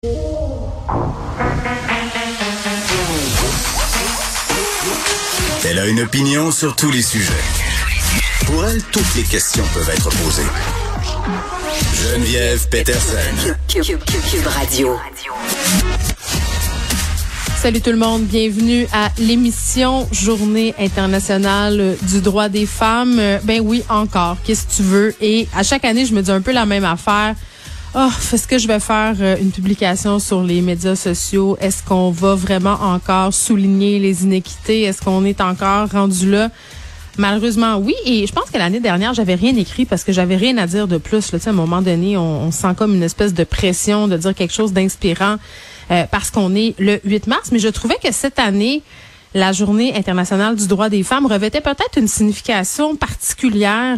Elle a une opinion sur tous les sujets. Pour elle, toutes les questions peuvent être posées. Geneviève Peterson. Cube Radio. Salut tout le monde, bienvenue à l'émission Journée internationale du droit des femmes. Ben oui, encore, qu'est-ce que tu veux? Et à chaque année, je me dis un peu la même affaire. Est-ce que je vais faire une publication sur les médias sociaux? Est-ce qu'on va vraiment encore souligner les inéquités? Est-ce qu'on est encore rendu là? Malheureusement, oui. Et je pense que l'année dernière, j'avais rien écrit parce que j'avais rien à dire de plus. Là, à un moment donné, on sent comme une espèce de pression de dire quelque chose d'inspirant parce qu'on est le 8 mars. Mais je trouvais que cette année, la Journée internationale du droit des femmes revêtait peut-être une signification particulière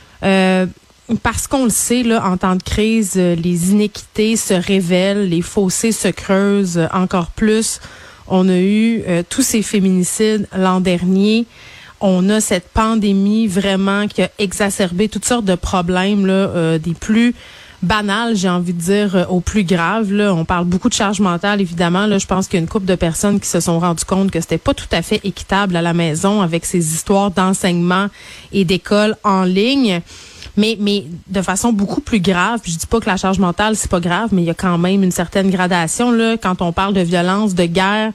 parce qu'on le sait, là, en temps de crise, les inéquités se révèlent, les fossés se creusent encore plus. On a eu tous ces féminicides l'an dernier. On a cette pandémie vraiment qui a exacerbé toutes sortes de problèmes, là, des plus banals, j'ai envie de dire, aux plus graves. Là. On parle beaucoup de charge mentale, évidemment. Là, je pense qu'il y a une couple de personnes qui se sont rendues compte que c'était pas tout à fait équitable à la maison avec ces histoires d'enseignement et d'école en ligne. Mais de façon beaucoup plus grave, je dis pas que la charge mentale, c'est pas grave, mais il y a quand même une certaine gradation, là, quand on parle de violence, de guerre.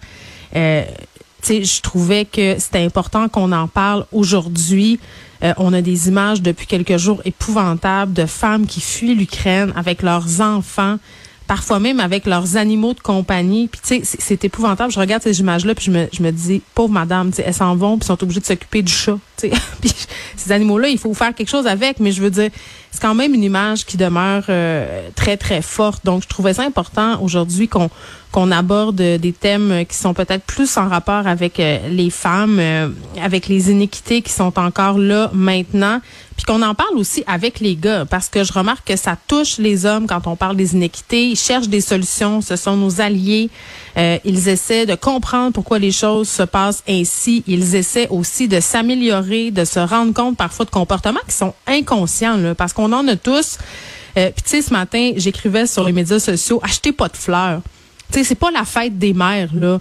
Je trouvais que c'était important qu'on en parle aujourd'hui. On a des images depuis quelques jours épouvantables de femmes qui fuient l'Ukraine avec leurs enfants, parfois même avec leurs animaux de compagnie. Puis tu sais, c'est épouvantable. Je regarde ces images-là puis je me dis, pauvre madame, tu sais, elles s'en vont puis sont obligées de s'occuper du chat. Tu sais, puis ces animaux-là, il faut faire quelque chose avec. Mais je veux dire, c'est quand même une image qui demeure très très forte. Donc, je trouvais ça important aujourd'hui qu'on aborde des thèmes qui sont peut-être plus en rapport avec les femmes, avec les inéquités qui sont encore là maintenant, puis qu'on en parle aussi avec les gars, parce que je remarque que ça touche les hommes quand on parle des inéquités. Ils cherchent des solutions, ce sont nos alliés. Ils essaient de comprendre pourquoi les choses se passent ainsi. Ils essaient aussi de s'améliorer, de se rendre compte parfois de comportements qui sont inconscients, là, parce qu'on en a tous. Puis tu sais, ce matin, j'écrivais sur les médias sociaux, achetez pas de fleurs. Tu sais, c'est pas la fête des mères, là.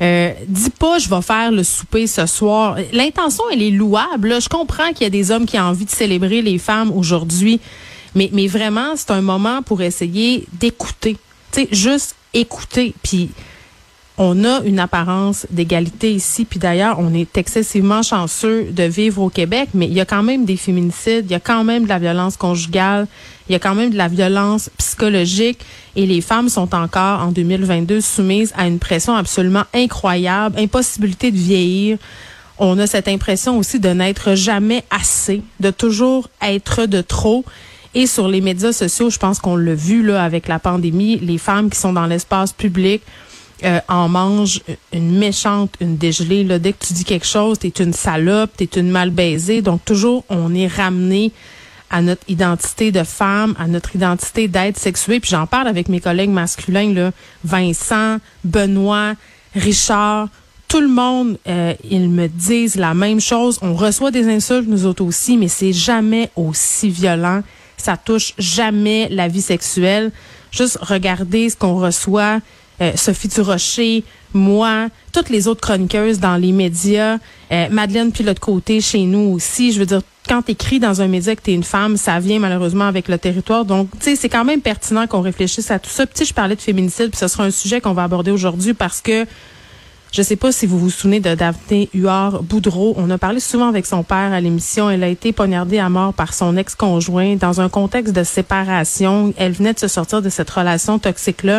Dis pas, je vais faire le souper ce soir. L'intention, elle est louable, là. Je comprends qu'il y a des hommes qui ont envie de célébrer les femmes aujourd'hui. Mais vraiment, c'est un moment pour essayer d'écouter. Tu sais, juste écouter. Puis, on a une apparence d'égalité ici. Puis d'ailleurs, on est excessivement chanceux de vivre au Québec. Mais il y a quand même des féminicides. Il y a quand même de la violence conjugale. Il y a quand même de la violence psychologique et les femmes sont encore, en 2022, soumises à une pression absolument incroyable, impossibilité de vieillir. On a cette impression aussi de n'être jamais assez, de toujours être de trop. Et sur les médias sociaux, je pense qu'on l'a vu là avec la pandémie, les femmes qui sont dans l'espace public en mangent une méchante, une dégelée. Là. Dès que tu dis quelque chose, t'es une salope, t'es une mal baisée. Donc toujours, on est ramené à notre identité de femme, à notre identité d'être sexuée. Puis j'en parle avec mes collègues masculins, là, Vincent, Benoît, Richard, tout le monde, ils me disent la même chose. On reçoit des insultes, nous autres aussi, mais c'est jamais aussi violent. Ça touche jamais la vie sexuelle. Juste regarder ce qu'on reçoit. Sophie Durocher, moi, toutes les autres chroniqueuses dans les médias, Madeleine Pilote-Côté chez nous aussi. Je veux dire, quand t'écris dans un média que t'es une femme, ça vient malheureusement avec le territoire. Donc, tu sais, c'est quand même pertinent qu'on réfléchisse à tout ça. Puis, tu sais, je parlais de féminicide, puis ce sera un sujet qu'on va aborder aujourd'hui parce que je sais pas si vous vous souvenez de Daphné Huard-Boudreau. On a parlé souvent avec son père à l'émission. Elle a été poignardée à mort par son ex-conjoint dans un contexte de séparation. Elle venait de se sortir de cette relation toxique-là.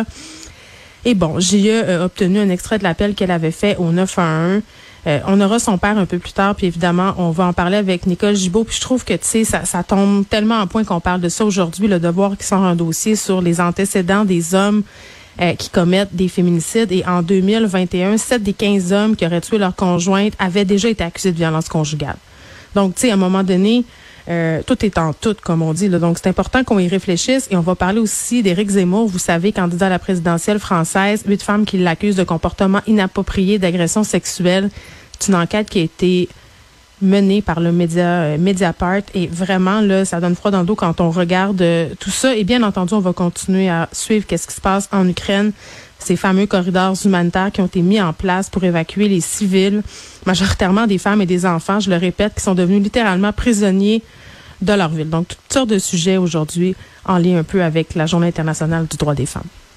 Et bon, j'ai obtenu un extrait de l'appel qu'elle avait fait au 911. On aura son père un peu plus tard, puis évidemment, on va en parler avec Nicole Gibault. Puis je trouve que, tu sais, ça tombe tellement en point qu'on parle de ça aujourd'hui, le devoir qui sort un dossier sur les antécédents des hommes qui commettent des féminicides. Et en 2021, 7 des 15 hommes qui auraient tué leur conjointe avaient déjà été accusés de violence conjugale. Donc, tu sais, à un moment donné, tout est en tout, comme on dit. Là. Donc, c'est important qu'on y réfléchisse. Et on va parler aussi d'Éric Zemmour, vous savez, candidat à la présidentielle française. 8 femmes qui l'accusent de comportement inapproprié, d'agression sexuelle. C'est une enquête qui a été menée par le média Mediapart. Et vraiment, là, ça donne froid dans le dos quand on regarde tout ça. Et bien entendu, on va continuer à suivre qu'est-ce qui se passe en Ukraine. Ces fameux corridors humanitaires qui ont été mis en place pour évacuer les civils, majoritairement des femmes et des enfants, je le répète, qui sont devenus littéralement prisonniers de leur ville. Donc, toutes sortes de sujets aujourd'hui en lien un peu avec la Journée internationale du droit des femmes.